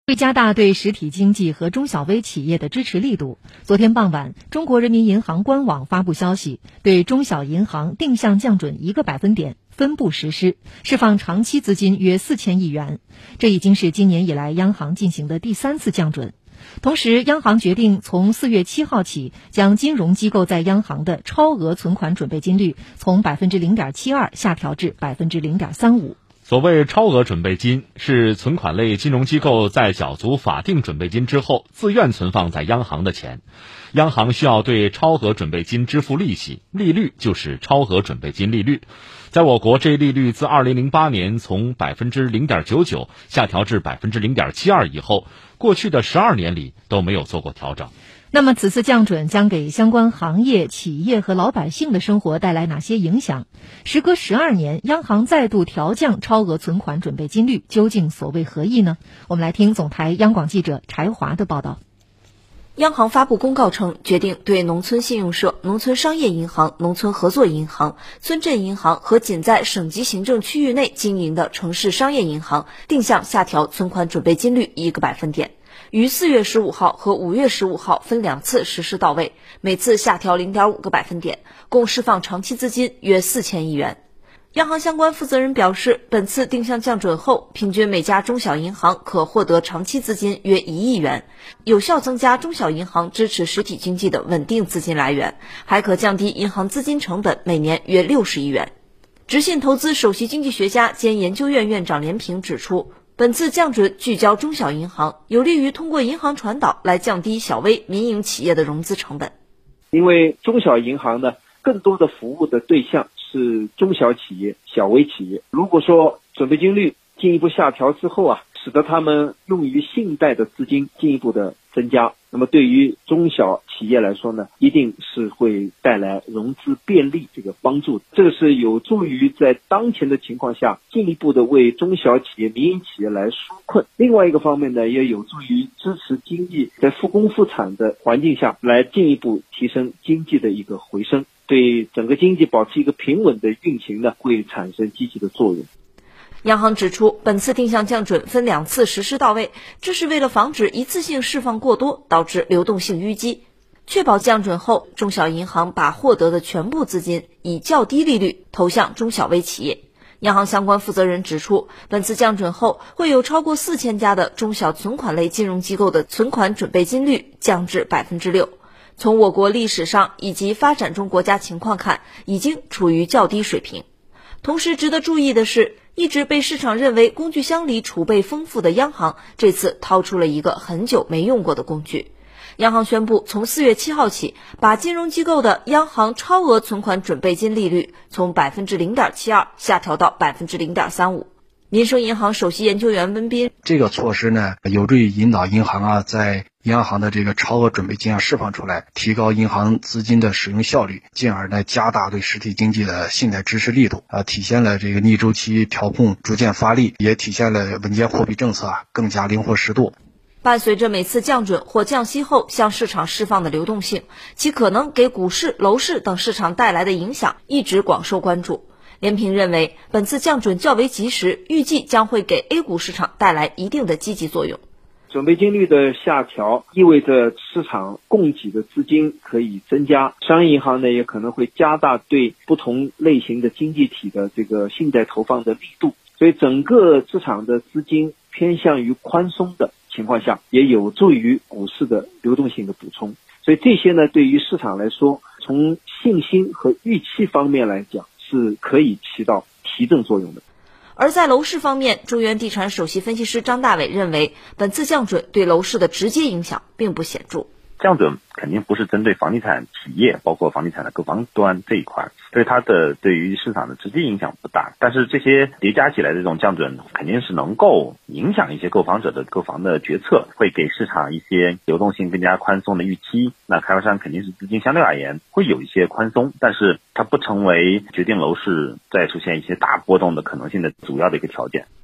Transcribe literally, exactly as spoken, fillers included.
为加大对实体经济和中小微企业的支持力度，昨天傍晚，中国人民银行官网发布消息，对中小银行定向降准一个百分点，分步实施，释放长期资金约四千亿元。这已经是今年以来央行进行的第三次降准。同时，央行决定从四月七号起，将金融机构在央行的超额存款准备金率从百分之零点七二下调至百分之零点三五。 所谓超额准备金，是存款类金融机构在缴足法定准备金之后，自愿存放在央行的钱。央行需要对超额准备金支付利息，利率就是超额准备金利率。在我国，这利率自二零零八年从百分之零点九九下调至百分之零点七二以后，过去的十二年里都没有做过调整。 那么此次降准将给相关行业、企业和老百姓的生活带来哪些影响？时隔十二年，央行再度调降超额存款准备金率，究竟所谓何意呢？我们来听总台央广记者柴华的报道。 央行发布公告称，决定对农村信用社、农村商业银行、农村合作银行、村镇银行和仅在省级行政区域内经营的城市商业银行定向下调存款准备金率一个百分点，于四月十五号和五月十五号分两次实施到位，每次下调零点五个百分点，共释放长期资金约四千亿元。央行相关负责人表示，本次定向降准后，平均每家中小银行可获得长期资金约一亿元，有效增加中小银行支持实体经济的稳定资金来源，还可降低银行资金成本每年约六十亿元。直信投资首席经济学家兼研究院院长连平指出，本次降准聚焦中小银行，有利于通过银行传导来降低小微民营企业的融资成本。 因为中小银行呢，更多的服务的对象是中小企业、小微企业。如果说准备金率进一步下调之后啊，使得他们用于信贷的资金进一步的增加，那么对于中小企业来说呢，一定是会带来融资便利这个帮助。这个是有助于在当前的情况下进一步的为中小企业、民营企业来纾困。另外一个方面呢，也有助于支持经济在复工复产的环境下来进一步提升经济的一个回升，对整个经济保持一个平稳的运行呢，会产生积极的作用。 央行指出，本次定向降准分两次实施到位，这是为了防止一次性释放过多，导致流动性淤积，确保降准后中小银行把获得的全部资金以较低利率投向中小微企业。央行相关负责人指出，本次降准后，会有超过四千家的中小存款类金融机构的存款准备金率降至百分之六。从我国历史上以及发展中国家情况看，已经处于较低水平。同时值得注意的是，一直被市场认为工具箱里储备丰富的央行，这次掏出了一个很久没用过的工具。央行宣布，从四月七号起，把金融机构的央行超额存款准备金利率从百分之零点七二下调到百分之零点三五。民生银行首席研究员温彬， 这个措施呢，有助于引导银行啊，在央行的这个超额准备金啊释放出来，提高银行资金的使用效率，进而呢加大对实体经济的信贷支持力度啊，体现了这个逆周期调控逐渐发力，也体现了稳健货币政策啊更加灵活适度。 伴随着每次降准或降息后向市场释放的流动性，其可能给股市、楼市等市场带来的影响一直广受关注。连平认为，本次降准较为及时，预计将会给 A 股市场带来一定的积极作用。 准备金率的下调意味着市场供给的资金可以增加，商业银行呢也可能会加大对不同类型的经济体的这个信贷投放的力度，所以整个市场的资金偏向于宽松的情况下，也有助于股市的流动性的补充。所以这些呢，对于市场来说，从信心和预期方面来讲，是可以起到提振作用的。 而在楼市方面，中原地产首席分析师张大伟认为，本次降准对楼市的直接影响并不显著。 降准肯定不是针对房地产企业，包括房地产的购房端这一块，所以它的对于市场的直接影响不大。但是这些叠加起来的这种降准，肯定是能够影响一些购房者的购房的决策，会给市场一些流动性更加宽松的预期。那开发商肯定是资金相对而言会有一些宽松，但是它不成为决定楼市再出现一些大波动的可能性的主要的一个条件。